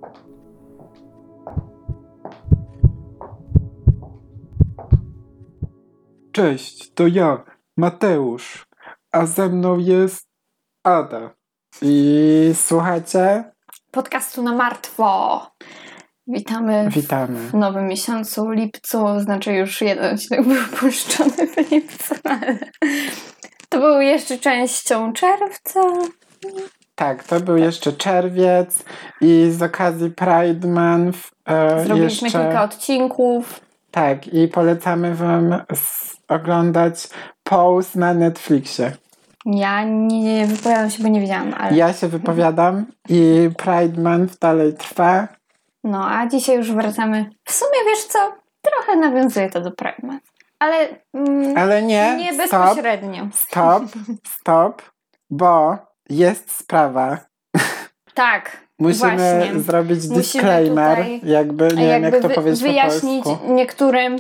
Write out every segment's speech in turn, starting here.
Cześć, to ja, Mateusz, a ze mną jest Ada. I słuchajcie? Podcastu na martwo. Witamy. W nowym miesiącu, lipcu, znaczy już jeden odcinek był puszczony w lipcu, ale to był jeszcze częścią czerwca. Tak, to był jeszcze czerwiec i z okazji Pride Month zrobiliśmy kilka odcinków. Tak, i polecamy wam oglądać Pose na Netflixie. Ja nie wypowiadam się, bo nie wiedziałam, ale... Ja się wypowiadam i Pride Month dalej trwa. No, a dzisiaj już wracamy. W sumie, wiesz co? Trochę nawiązuje to do Pride Month. Ale nie bezpośrednio. Stop, bo jest sprawa. Tak, musimy właśnie. Zrobić disclaimer, tutaj, jakby nie wiem jak to powiedzieć wyjaśnić po polsku. Niektórym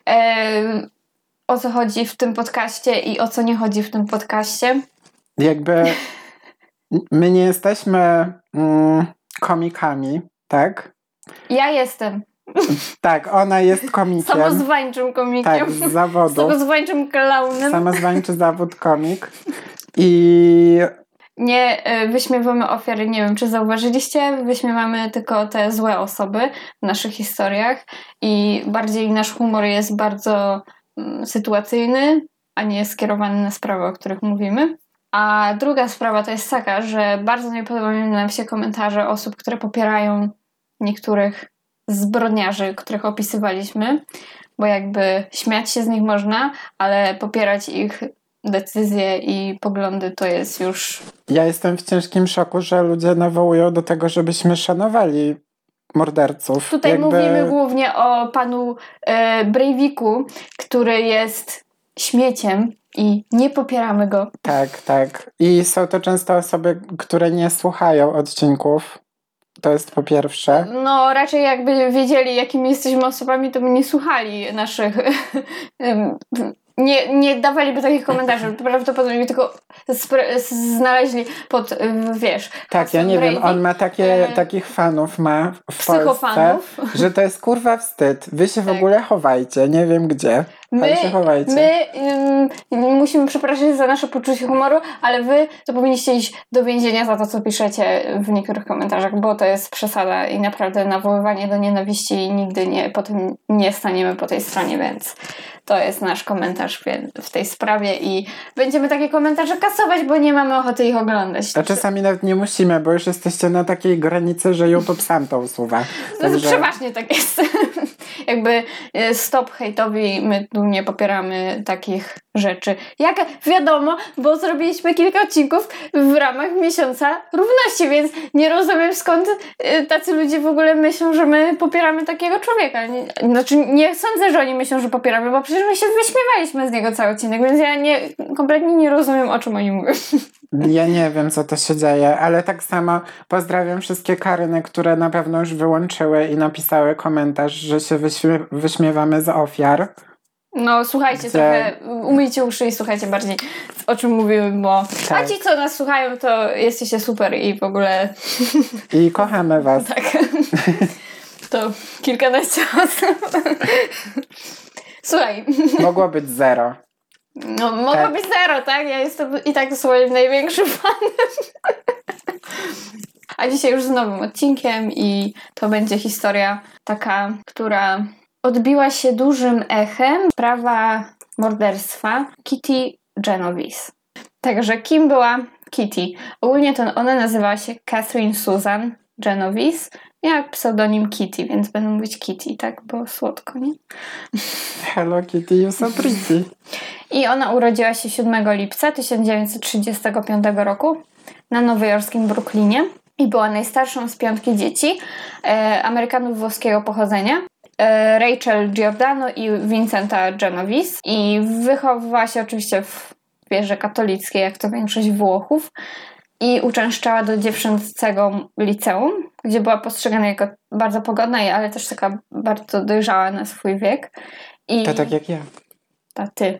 o co chodzi w tym podcaście i o co nie chodzi w tym podcaście. Jakby my nie jesteśmy komikami, tak? Ja jestem. Tak, ona jest komikiem. Samozwańczym komikiem. Tak, z zawodu. Samozwańczym klaunem. Samozwańczy zawód komik. I... Nie wyśmiewamy ofiary, nie wiem czy zauważyliście, wyśmiewamy tylko te złe osoby w naszych historiach i bardziej nasz humor jest bardzo sytuacyjny, a nie skierowany na sprawy, o których mówimy. A druga sprawa to jest taka, że bardzo nie podobają nam się komentarze osób, które popierają niektórych zbrodniarzy, których opisywaliśmy, bo jakby śmiać się z nich można, ale popierać ich decyzje i poglądy to jest już... Ja jestem w ciężkim szoku, że ludzie nawołują do tego, żebyśmy szanowali morderców. Tutaj mówimy głównie o panu Breiviku, który jest śmieciem i nie popieramy go. Tak. I są to często osoby, które nie słuchają odcinków. To jest po pierwsze. No raczej jakby wiedzieli, jakimi jesteśmy osobami, to by nie słuchali naszych... Nie dawaliby takich komentarzy, prawdopodobnie tylko znaleźli pod, wiesz... Tak, ja nie wiem, on ma takich fanów ma w Polsce, że to jest kurwa wstyd. Wy się w ogóle chowajcie, nie wiem gdzie. My musimy przepraszać za nasze poczucie humoru, ale wy to powinniście iść do więzienia za to, co piszecie w niektórych komentarzach, bo to jest przesada i naprawdę nawoływanie do nienawiści i nigdy potem nie staniemy po tej stronie, więc to jest nasz komentarz w tej sprawie i będziemy takie komentarze kasować, bo nie mamy ochoty ich oglądać. A czasami nawet nie musimy, bo już jesteście na takiej granicy, że YouTube sam to usuwa. Także... Przeważnie tak jest. Jakby stop hejtowi, my tu nie popieramy takich rzeczy. Jak wiadomo, bo zrobiliśmy kilka odcinków w ramach miesiąca równości, więc nie rozumiem skąd tacy ludzie w ogóle myślą, że my popieramy takiego człowieka. Znaczy nie sądzę, że oni myślą, że popieramy, bo przecież my się wyśmiewaliśmy z niego cały odcinek, więc ja kompletnie nie rozumiem, o czym oni mówią. Ja nie wiem, co to się dzieje, ale tak samo pozdrawiam wszystkie Karyny, które na pewno już wyłączyły i napisały komentarz, że się wyśmiewamy z ofiar. No słuchajcie, trochę umyjcie uszy i słuchajcie bardziej, o czym mówimy, bo a ci, co nas słuchają, to jesteście super i w ogóle... I kochamy was. Tak. To kilkanaście osób. Słuchaj. Mogło być 0. No, mogło być 0, tak? Ja jestem i tak swoim największym fanem. A dzisiaj już z nowym odcinkiem i to będzie historia taka, która odbiła się dużym echem. Sprawa morderstwa Kitty Genovese. Także kim była Kitty? Ogólnie to ona nazywała się Catherine Susan Genovese. Jak pseudonim Kitty, więc będę mówić Kitty, tak? Bo słodko, nie? Hello Kitty, you're so pretty. I ona urodziła się 7 lipca 1935 roku na nowojorskim Brooklynie i była najstarszą z 5 dzieci Amerykanów włoskiego pochodzenia. Rachel Giordano i Vincenta Genovese i wychowywała się oczywiście w wierze katolickiej, jak to większość Włochów i uczęszczała do dziewczęcego liceum, gdzie była postrzegana jako bardzo pogodna, ale też taka bardzo dojrzała na swój wiek. To tak jak ja. Ta ty.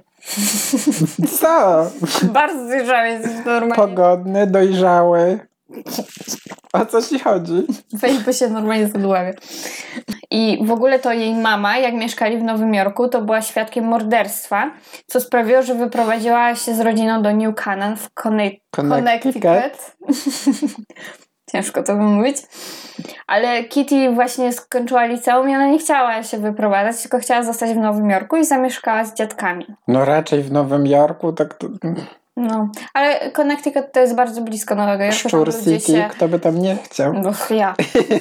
Co? Bardzo dojrzały, jesteś normalnie. Pogodny, dojrzały. O co ci chodzi? Weź, bo się normalnie zadławię. I w ogóle to jej mama, jak mieszkali w Nowym Jorku, to była świadkiem morderstwa, co sprawiło, że wyprowadziła się z rodziną do New Canaan w Connecticut. Ciężko to wymówić. Ale Kitty właśnie skończyła liceum i ona nie chciała się wyprowadzać, tylko chciała zostać w Nowym Jorku i zamieszkała z dziadkami. No raczej w Nowym Jorku, tak to... No, ale Connecticut to jest bardzo blisko Nowego Jorku. Szczur City, kto by tam nie chciał? No, ja.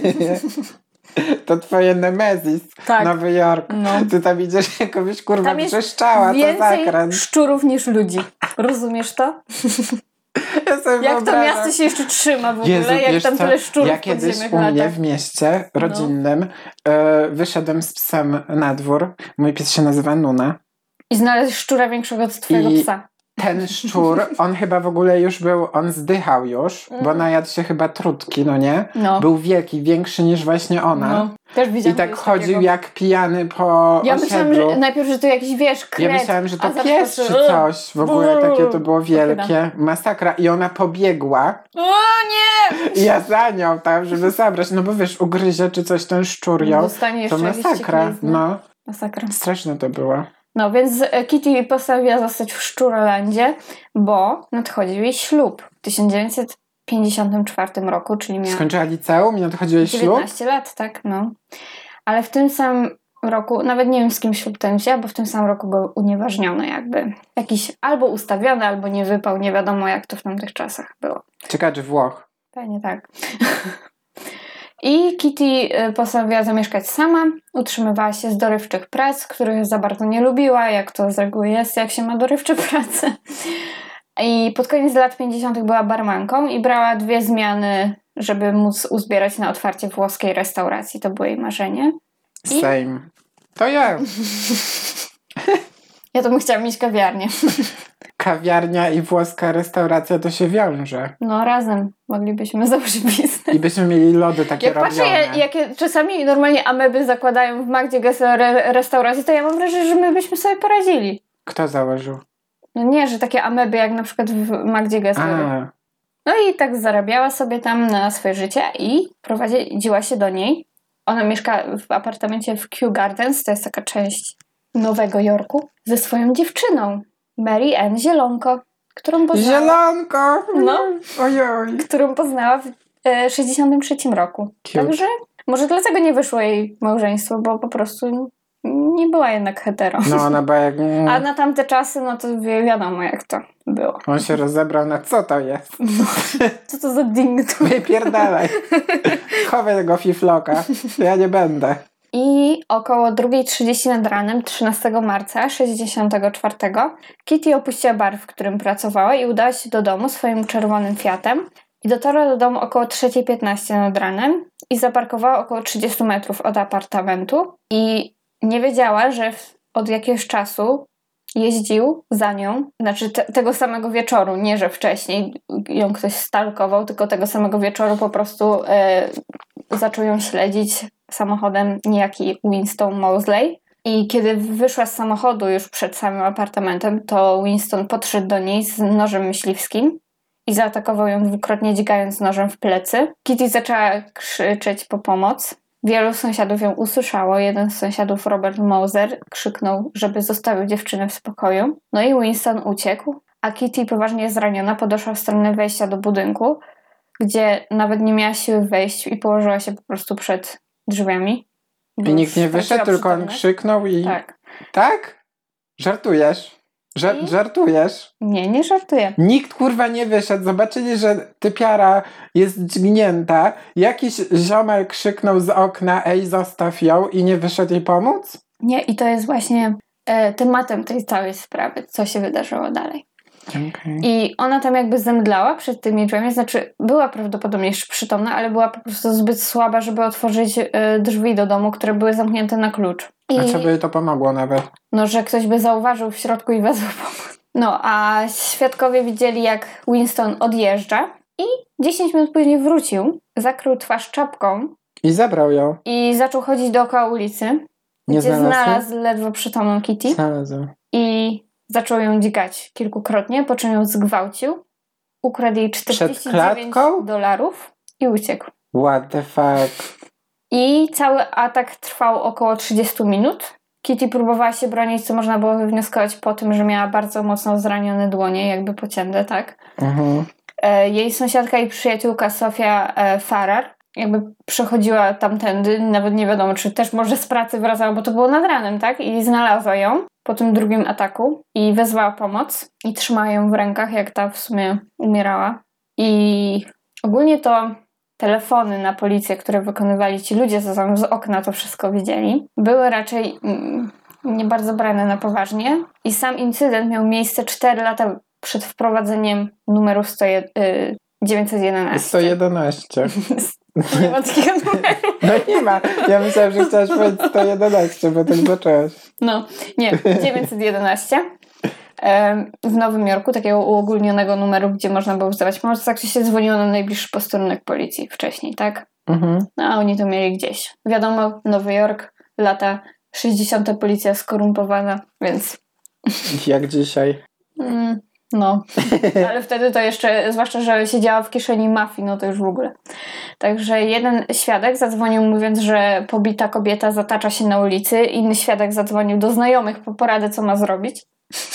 To twoje Nemezis, Tak. Nowy Jork. No. Ty tam idziesz jakoś kurwa Tam jest wrzeszczała, to więcej zakręt. szczurów niż ludzi. Rozumiesz to? Ja sobie Jak to miasto się jeszcze trzyma w ogóle, Jezu, jak wiesz tam co? tyle szczurów Ja kiedyś podziemnych u mnie lata. w mieście rodzinnym wyszedłem z psem na dwór. Mój pies się nazywa Nuna. I znaleźć szczura większego od twojego psa. Ten szczur, on chyba w ogóle już był, on zdychał już, bo najadł się chyba trutki, no nie? No. Był wielki, większy niż właśnie ona. No. Też widziałam I tak kogoś chodził takiego. jak pijany po Ja osiedlu. myślałam, że najpierw, że to jakiś, wiesz, kret. Ja myślałam, że to a zaraz pies patrzę, czy coś. W ogóle takie to było wielkie. Masakra. I ona pobiegła. O nie! I ja za nią tam, żeby zabrać. No bo wiesz, ugryzie czy coś ten szczur ją. Dostanie To jeszcze jakieś masakra. ścieklizny. No. Masakra. Straszne to było. No, więc Kitty postanowiła zostać w Szczurolandzie, bo nadchodził jej ślub w 1954 roku, czyli miała Skończyła liceum i nadchodził jej ślub? 19 lat, tak, no. Ale w tym samym roku, nawet nie wiem z kim ślub ten wzięła, bo w tym samym roku był unieważniony jakby. Jakiś albo ustawiony, albo nie wypał, nie wiadomo jak to w tamtych czasach było. Ciekawe, czy Włoch. Pewnie tak. I Kitty postanowiła zamieszkać sama, utrzymywała się z dorywczych prac, których za bardzo nie lubiła, jak to z reguły jest, jak się ma dorywcze prace. I pod koniec lat 50. była barmanką i brała 2 zmiany, żeby móc uzbierać na otwarcie włoskiej restauracji. To było jej marzenie. Same. To ja. Ja to bym chciała mieć kawiarnię. Kawiarnia i włoska restauracja to się wiąże. No razem moglibyśmy założyć biznes. I byśmy mieli lody takie Jak patrzę, robione. jakie czasami normalnie ameby zakładają w Magdzie Gessler restauracji, to ja mam wrażenie, że my byśmy sobie poradzili. Kto założył? No nie, że takie ameby jak na przykład w Magdzie Gessler. A, No i tak zarabiała sobie tam na swoje życie i prowadziła się do niej. Ona mieszka w apartamencie w Kew Gardens, to jest taka część Nowego Jorku, ze swoją dziewczyną, Mary Ann Zielonko, którą poznała, zielonko! No. Ojoj. którą poznała w 1963 roku. Cute. Także może dlatego nie wyszło jej małżeństwo, bo po prostu nie była jednak hetero. No ona była jak... A na tamte czasy, no to wiadomo jak to było. On się rozebrał na co to jest? Co to za ding? Wypierdalaj. Chowaj tego fifloka. Ja nie będę. I około 2:30 nad ranem 13 marca 1964 Kitty opuściła bar, w którym pracowała i udała się do domu swoim czerwonym Fiatem. I dotarła do domu około 3:15 nad ranem i zaparkowała około 30 metrów od apartamentu. I nie wiedziała, że od jakiegoś czasu jeździł za nią, znaczy tego samego wieczoru, nie że wcześniej ją ktoś stalkował, tylko tego samego wieczoru po prostu zaczął ją śledzić samochodem niejaki Winston Moseley. I kiedy wyszła z samochodu już przed samym apartamentem, to Winston podszedł do niej z nożem myśliwskim i zaatakował ją dwukrotnie, dźgając nożem w plecy. Kitty zaczęła krzyczeć po pomoc. Wielu sąsiadów ją usłyszało. Jeden z sąsiadów, Robert Moser, krzyknął, żeby zostawił dziewczynę w spokoju. No i Winston uciekł, a Kitty, poważnie zraniona, podeszła w stronę wejścia do budynku, gdzie nawet nie miała siły wejść i położyła się po prostu przed drzwiami. I nikt nie wyszedł, tylko on przytomność. krzyknął i... Tak. Tak? Żartujesz? I? Żartujesz? Nie żartuję. Nikt kurwa nie wyszedł. Zobaczyli, że typiara jest dźgnięta. Jakiś ziomek krzyknął z okna: ej, zostaw ją, i nie wyszedł jej pomóc? Nie, i to jest właśnie tematem tej całej sprawy, co się wydarzyło dalej. Okay. I ona tam jakby zemdlała przed tymi drzwiami, znaczy była prawdopodobnie jeszcze przytomna, ale była po prostu zbyt słaba, żeby otworzyć drzwi do domu, które były zamknięte na klucz. A co by jej to pomogło nawet? No, że ktoś by zauważył w środku i wezwał pomoc. No, a świadkowie widzieli, jak Winston odjeżdża i 10 minut później wrócił, zakrył twarz czapką I zabrał ją. i zaczął chodzić dookoła ulicy, Nie gdzie znalazł? znalazł ledwo przytomną Kitty Znalazł. i zaczął ją dźgać kilkukrotnie, po czym ją zgwałcił, ukradł jej Przed $49 klatką? i uciekł. What the fuck? I cały atak trwał około 30 minut. Kitty próbowała się bronić, co można było wywnioskować po tym, że miała bardzo mocno zranione dłonie, jakby pocięte, tak? Jej sąsiadka i przyjaciółka Sofia Farrar jakby przechodziła tamtędy, nawet nie wiadomo, czy też może z pracy wracała, bo to było nad ranem, tak? I znalazła ją po tym drugim ataku i wezwała pomoc i trzymała ją w rękach, jak ta w sumie umierała. I ogólnie to telefony na policję, które wykonywali ci ludzie, co tam z okna to wszystko widzieli, były raczej nie bardzo brane na poważnie i sam incydent miał miejsce 4 lata przed wprowadzeniem numeru 911. 111. Nie ma takiego numeru. No nie ma. Ja myślałam, że chciałaś powiedzieć 111, bo tak zaczęłaś. No, nie. 911. W Nowym Jorku, takiego uogólnionego numeru, gdzie można było wzywać pomoc, tak się dzwoniło na najbliższy posterunek policji wcześniej, tak? No a oni to mieli gdzieś. Wiadomo, Nowy Jork, lata 60. policja skorumpowana, więc... Jak dzisiaj. No, ale wtedy to jeszcze, zwłaszcza, że siedziała w kieszeni mafii, no to już w ogóle. Także jeden świadek zadzwonił mówiąc, że pobita kobieta zatacza się na ulicy, inny świadek zadzwonił do znajomych po poradę, co ma zrobić.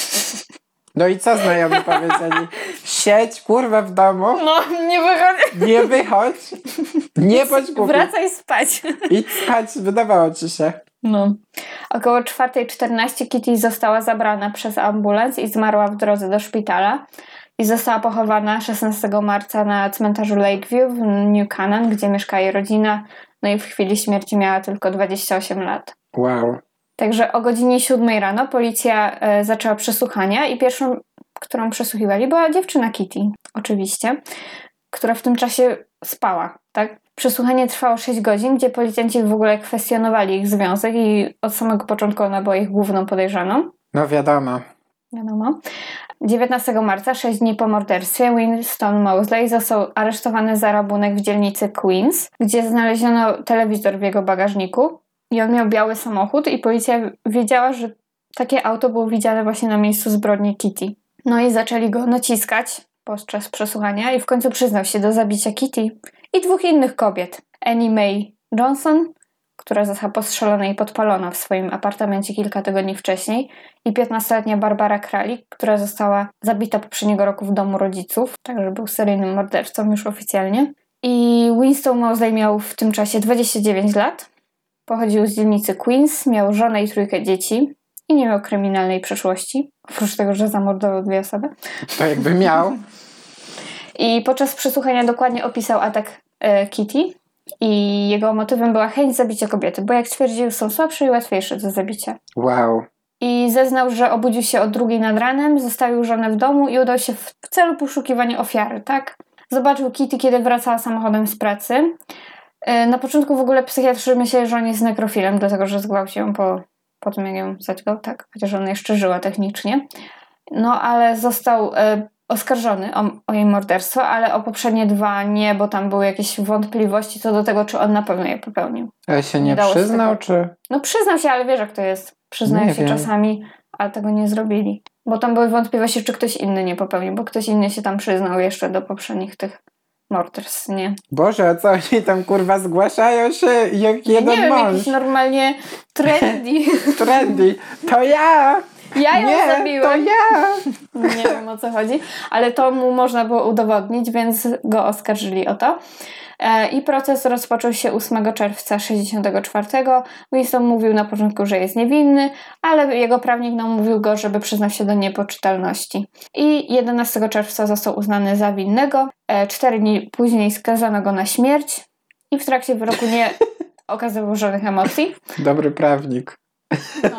No i co znajomi powiedzieli? Siedź kurwa w domu. No, nie wychodź. Nie wychodź. Nie bądź głupi. Wracaj spać. Idź spać, wydawało ci się. No. Około 4:14 Kitty została zabrana przez ambulans i zmarła w drodze do szpitala. I została pochowana 16 marca na cmentarzu Lakeview w New Canaan, gdzie mieszka jej rodzina. No i w chwili śmierci miała tylko 28 lat. Wow. Także o godzinie 7 rano policja zaczęła przesłuchania i pierwszą, którą przesłuchiwali, była dziewczyna Kitty, oczywiście, która w tym czasie spała, tak? Przesłuchanie trwało 6 godzin, gdzie policjanci w ogóle kwestionowali ich związek i od samego początku ona była ich główną podejrzaną. No wiadomo. 19 marca, 6 dni po morderstwie, Winston Moseley został aresztowany za rabunek w dzielnicy Queens, gdzie znaleziono telewizor w jego bagażniku i on miał biały samochód i policja wiedziała, że takie auto było widziane właśnie na miejscu zbrodni Kitty. No i zaczęli go naciskać podczas przesłuchania i w końcu przyznał się do zabicia Kitty i 2 innych kobiet. Annie Mae Johnson, która została postrzelona i podpalona w swoim apartamencie kilka tygodni wcześniej, i 15-letnia Barbara Kralik, która została zabita poprzedniego roku w domu rodziców, także był seryjnym mordercą już oficjalnie. I Winston Moseley miał w tym czasie 29 lat, pochodził z dzielnicy Queens, miał żonę i 3 dzieci i nie miał kryminalnej przeszłości, oprócz tego, że zamordował 2 osoby. To jakby miał. I podczas przesłuchania dokładnie opisał atak Kitty i jego motywem była chęć zabicia kobiety, bo jak stwierdził, są słabsze i łatwiejsze do zabicia. Wow. I zeznał, że obudził się o 2 nad ranem, zostawił żonę w domu i udał się w celu poszukiwania ofiary, tak? Zobaczył Kitty, kiedy wracała samochodem z pracy. Na początku w ogóle psychiatrzy myśleli, że on jest nekrofilem, dlatego że zgwałcił ją po tym, jak ją zadźgał, tak? Chociaż ona jeszcze żyła technicznie. No, ale został oskarżony o jej morderstwo, ale o poprzednie 2 nie, bo tam były jakieś wątpliwości co do tego, czy on na pewno je popełnił. Ale się nie przyznał, czy... No przyznał się, ale wiesz jak to jest. Przyznają się czasami, ale tego nie zrobili. Bo tam były wątpliwości, czy ktoś inny nie popełnił, bo ktoś inny się tam przyznał jeszcze do poprzednich tych morderstw, nie? Boże, a co oni tam kurwa zgłaszają się jak jeden nie mąż? Nie wiem, jakiś normalnie trendy. Trendy. To ja! Ja ją zabiłem. To ja! Nie wiem, o co chodzi, ale to mu można było udowodnić, więc go oskarżyli o to. I proces rozpoczął się 8 czerwca 1964. Winston mówił na początku, że jest niewinny, ale jego prawnik namówił go, żeby przyznał się do niepoczytalności. I 11 czerwca został uznany za winnego. 4 dni później skazano go na śmierć i w trakcie wyroku nie okazywał żadnych emocji. Dobry prawnik. No.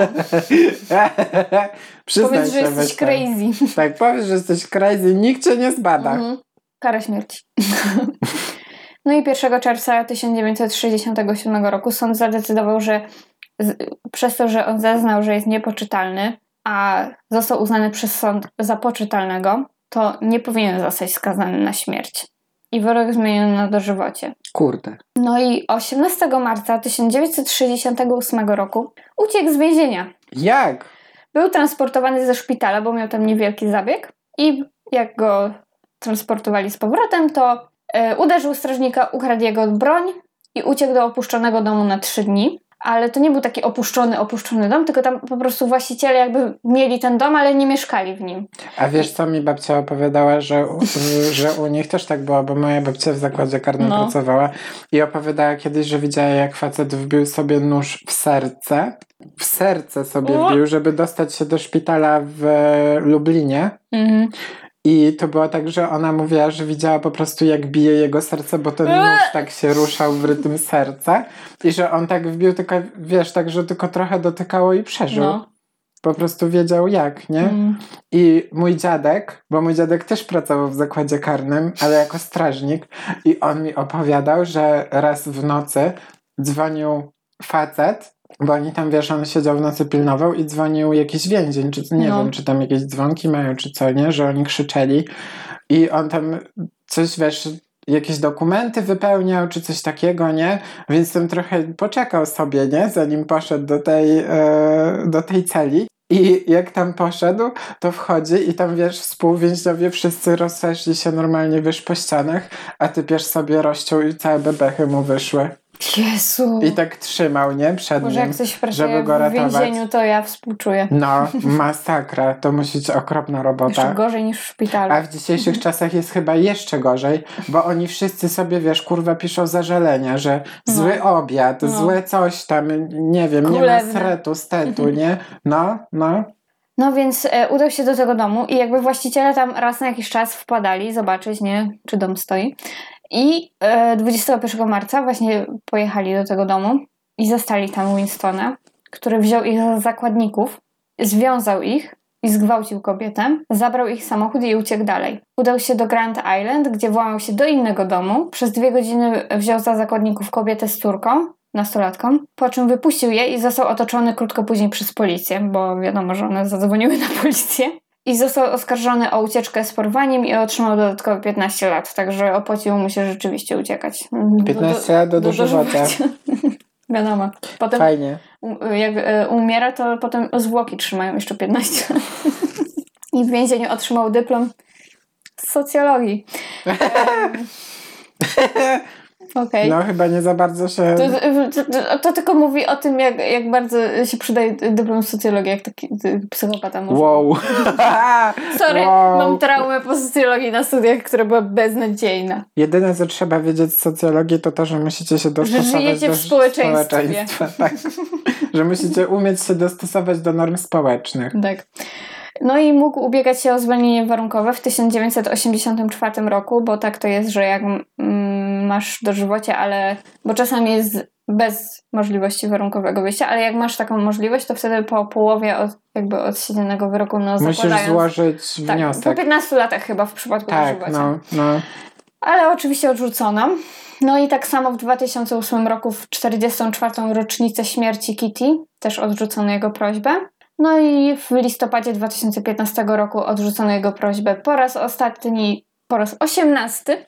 Powiedz, że jesteś crazy. Tak, powiedz, że jesteś crazy. Nikt cię nie zbada. Kara śmierci. No i 1 czerwca 1967 roku sąd zadecydował, że przez to, że on zeznał, że jest niepoczytalny, a został uznany przez sąd za poczytalnego, to nie powinien zostać skazany na śmierć. I wyrok zmieniono na dożywocie. Kurde. No i 18 marca 1968 roku uciekł z więzienia. Jak? Był transportowany ze szpitala, bo miał tam niewielki zabieg i jak go transportowali z powrotem, to Uderzył strażnika, ukradł jego broń i uciekł do opuszczonego domu na 3 dni. Ale to nie był taki opuszczony dom, tylko tam po prostu właściciele jakby mieli ten dom, ale nie mieszkali w nim. A wiesz co mi babcia opowiadała, że u nich też tak było, bo moja babcia w zakładzie karnym pracowała i opowiadała kiedyś, że widziała jak facet wbił sobie nóż w serce. W serce sobie wbił, żeby dostać się do szpitala w Lublinie. Mhm. I to było tak, że ona mówiła, że widziała po prostu jak bije jego serce, bo ten nóż tak się ruszał w rytm serca i że on tak wbił tylko, wiesz, tak, że tylko trochę dotykało i przeżył. No. Po prostu wiedział jak, nie? I mój dziadek, bo mój dziadek też pracował w zakładzie karnym, ale jako strażnik i on mi opowiadał, że raz w nocy dzwonił facet, bo oni tam, wiesz, on siedział w nocy, pilnował i dzwonił jakiś więzień, czy nie wiem, czy tam jakieś dzwonki mają, czy co, nie? Że oni krzyczeli i on tam coś, wiesz, jakieś dokumenty wypełniał, czy coś takiego, nie? Więc tam trochę poczekał sobie, nie? Zanim poszedł do tej celi. I jak tam poszedł, to wchodzi i tam, wiesz, współwięźniowie wszyscy rozeszli się normalnie, wiesz, po ścianach, a typierz sobie rozciął i całe bebechy mu wyszły. Jezu. I tak trzymał, nie? Przed Może nim, jak coś żeby go ratować. w więzieniu, to ja współczuję. No, masakra. To musi być okropna robota. Jeszcze gorzej niż w szpitalu. A w dzisiejszych czasach jest chyba jeszcze gorzej, bo oni wszyscy sobie, wiesz, kurwa, piszą zażalenia, że zły obiad, złe coś tam, nie wiem, królewne. Nie ma sretu, stetu, nie? No. No więc udał się do tego domu i jakby właściciele tam raz na jakiś czas wpadali zobaczyć, nie, czy dom stoi. I 21 marca właśnie pojechali do tego domu i zastali tam Winstona, który wziął ich za zakładników, związał ich i zgwałcił kobietę, zabrał ich samochód i uciekł dalej. Udał się do Grand Island, gdzie włamał się do innego domu. Przez 2 godziny wziął za zakładników kobietę z córką, nastolatką, po czym wypuścił je i został otoczony krótko później przez policję, bo wiadomo, że one zadzwoniły na policję. I został oskarżony o ucieczkę z porwaniem i otrzymał dodatkowe 15 lat, także opłaciło mu się rzeczywiście uciekać. 15 lat do dożywocia. Wiadomo. Potem fajnie. Jak umiera, to potem zwłoki trzymają jeszcze 15 lat. I w więzieniu otrzymał dyplom z socjologii. Okay. No chyba nie za bardzo się... To tylko mówi o tym, jak bardzo się przydaje dyplom socjologii, jak taki psychopata może. Wow. Sorry, mam traumę po socjologii na studiach, która była beznadziejna. Jedyne, co trzeba wiedzieć z socjologii, to że musicie się dostosować że żyjecie do w społeczeństwie. Tak. Że musicie umieć się dostosować do norm społecznych. Tak. No i mógł ubiegać się o zwolnienie warunkowe w 1984 roku, bo tak to jest, że jak masz dożywocie, bo czasami jest bez możliwości warunkowego wyjścia, ale jak masz taką możliwość, to wtedy po połowie odsiedzianego wyroku, musisz złożyć wniosek. Po 15 latach chyba w przypadku dożywocia. No. Ale oczywiście odrzucono. No i tak samo w 2008 roku, w 44. rocznicę śmierci Kitty, też odrzucono jego prośbę. No i w listopadzie 2015 roku odrzucono jego prośbę po raz ostatni, po raz 18.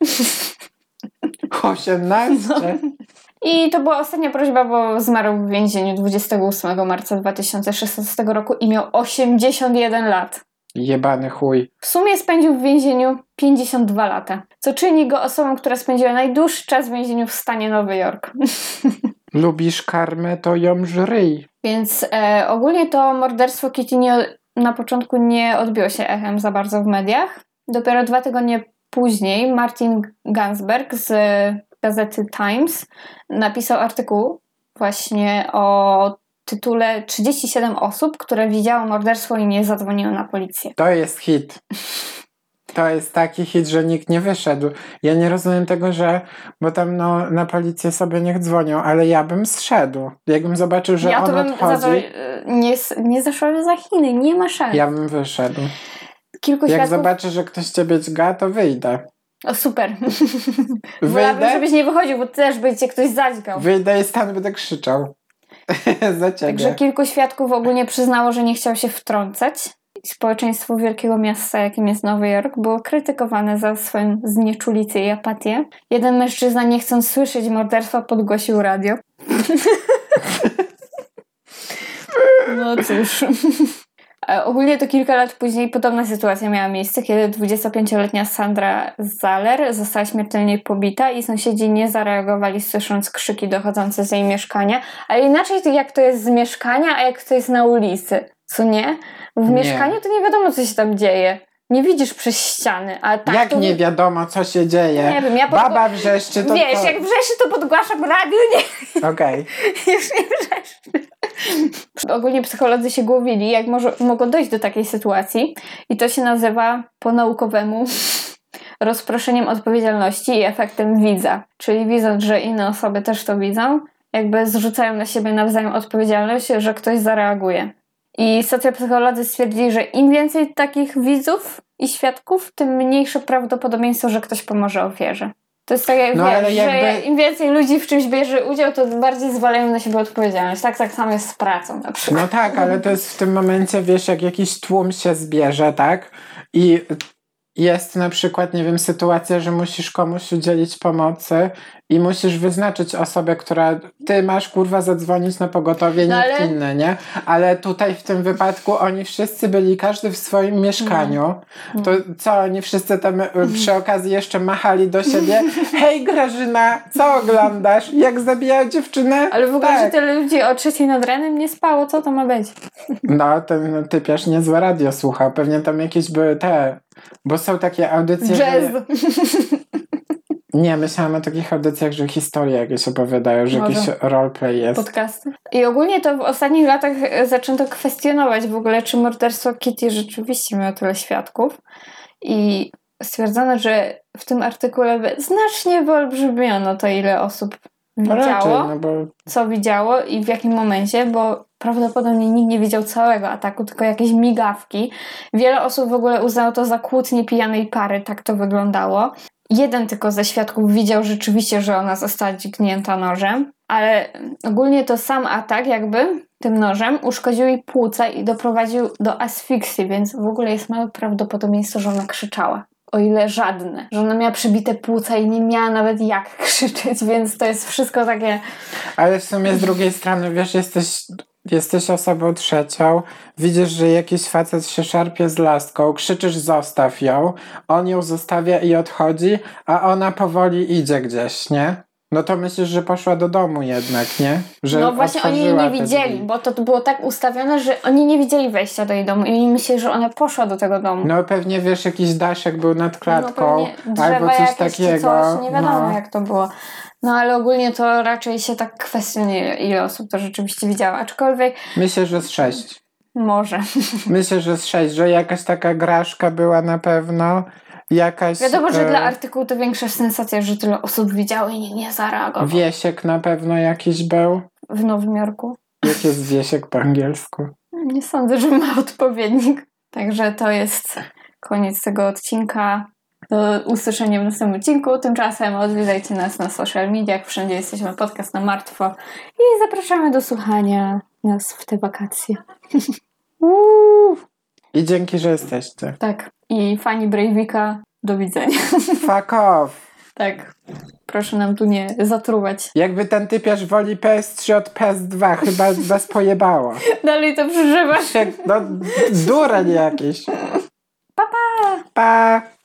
18? No. I to była ostatnia prośba, bo zmarł w więzieniu 28 marca 2016 roku i miał 81 lat. Jebany chuj. W sumie spędził w więzieniu 52 lata, co czyni go osobą, która spędziła najdłuższy czas w więzieniu w stanie Nowy Jork. Lubisz karmę, to ją żryj. Więc ogólnie to morderstwo Kitty na początku nie odbiło się echem za bardzo w mediach. Dopiero 2 tygodnie później Martin Gansberg z gazety Times napisał artykuł właśnie o tytule 37 osób, które widziało morderstwo i nie zadzwoniło na policję. To jest hit. To jest taki hit, że nikt nie wyszedł. Ja nie rozumiem tego, bo tam na policję sobie niech dzwonią, ale ja bym zszedł. Jakbym zobaczył, że on odchodzi... Nie zaszła za Chiny, nie ma szans. Ja bym wyszedł. Jak zobaczę, że ktoś ciebie dźga, to wyjdę. O, super. Wolałabym, żebyś nie wychodził, bo też by cię ktoś zadźgał. Wyjdę i będę krzyczał. Za ciebie. Także kilku świadków ogólnie przyznało, że nie chciał się wtrącać. Społeczeństwo wielkiego miasta, jakim jest Nowy Jork, było krytykowane za swoją znieczulicę i apatię. Jeden mężczyzna, nie chcąc słyszeć morderstwa, podgłosił radio. No cóż. Ogólnie to kilka lat później podobna sytuacja miała miejsce, kiedy 25-letnia Sandra Zahler została śmiertelnie pobita i sąsiedzi nie zareagowali, słysząc krzyki dochodzące z jej mieszkania. Ale inaczej to jak to jest z mieszkania, a jak to jest na ulicy, co nie? W mieszkaniu to nie wiadomo, co się tam dzieje. Nie widzisz przez ściany. A tak jak to... nie wiadomo, co się dzieje? Nie wiem, ja Baba wrzeszczy, to... Wiesz, jak wrzeszczy, to podgłaszam radio, nie? Okej. Już nie wrzeszczy. Ogólnie psycholodzy się głowili, jak mogło dojść do takiej sytuacji i to się nazywa po naukowemu rozproszeniem odpowiedzialności i efektem widza. Czyli widząc, że inne osoby też to widzą, jakby zrzucają na siebie nawzajem odpowiedzialność, że ktoś zareaguje. I socjopsycholodzy stwierdzili, że im więcej takich widzów i świadków, tym mniejsze prawdopodobieństwo, że ktoś pomoże ofierze. To jest tak jak, że im więcej ludzi w czymś bierze udział, to bardziej zwalają na siebie odpowiedzialność. Tak samo jest z pracą na przykład. No tak, ale to jest w tym momencie, wiesz, jak jakiś tłum się zbierze, tak? I jest na przykład, nie wiem, sytuacja, że musisz komuś udzielić pomocy i musisz wyznaczyć osobę, która ty masz, kurwa, zadzwonić na pogotowie, nikt inny, nie? Ale tutaj w tym wypadku oni wszyscy byli, każdy w swoim mieszkaniu. To co, oni wszyscy tam przy okazji jeszcze machali do siebie? Hej Grażyna, co oglądasz? Jak zabijają dziewczynę? Ale w ogóle, że tyle ludzi o 3 nad ranem nie spało, co to ma być? No, ten typiarz niezłe radio słuchał. Pewnie tam jakieś były bo są takie audycje... Jazz! Nie, myślałam o takich audycjach, że historie jakieś opowiadają, że jakiś roleplay jest. Podcasty. I ogólnie to w ostatnich latach zaczęto kwestionować w ogóle, czy morderstwo Kitty rzeczywiście miało tyle świadków. I stwierdzono, że w tym artykule znacznie wyolbrzymiono to, ile osób widziało, co widziało i w jakim momencie, bo prawdopodobnie nikt nie widział całego ataku, tylko jakieś migawki. Wiele osób w ogóle uznało to za kłótnię pijanej pary, tak to wyglądało. Jeden tylko ze świadków widział rzeczywiście, że ona została dźgnięta nożem, ale ogólnie to sam atak jakby tym nożem uszkodził jej płuca i doprowadził do asfiksji, więc w ogóle jest małe prawdopodobieństwo, że ona krzyczała. O ile żadne. Że ona miała przybite płuca i nie miała nawet jak krzyczeć, więc to jest wszystko takie... Ale w sumie z drugiej strony, wiesz, jesteś osobą trzecią, widzisz, że jakiś facet się szarpie z laską, krzyczysz zostaw ją, on ją zostawia i odchodzi, a ona powoli idzie gdzieś, nie? No to myślisz, że poszła do domu jednak, nie? Że no właśnie oni jej nie widzieli, bo to było tak ustawione, że oni nie widzieli wejścia do jej domu i oni myśleli, że ona poszła do tego domu. No pewnie, wiesz, jakiś daszek był nad klatką, no albo coś takiego. Coś, nie wiadomo jak to było. No ale ogólnie to raczej się tak kwestionuje, ile osób to rzeczywiście widziało, aczkolwiek... Myślę, że z 6. Może. Myślę, że z 6, że jakaś taka graszka była na pewno. Wiadomo, że dla artykułu to większa sensacja, że tyle osób widziało i nikt nie zareagował. Wiesiek na pewno jakiś był. W Nowym Jorku. Jak jest Wiesiek po angielsku? Nie sądzę, że ma odpowiednik. Także to jest koniec tego odcinka. Do usłyszenia w następnym odcinku. Tymczasem odwiedzajcie nas na social mediach. Wszędzie jesteśmy podcast na martwo. I zapraszamy do słuchania nas w te wakacje. I dzięki, że jesteście. Tak. I fani Breivika, do widzenia. Fuck off. Tak. Proszę nam tu nie zatruwać. Jakby ten typiarz woli PS3 od PS2. Chyba was pojebało. Dalej to przeżywasz. No, dureń jakiś. Pa, pa! Pa!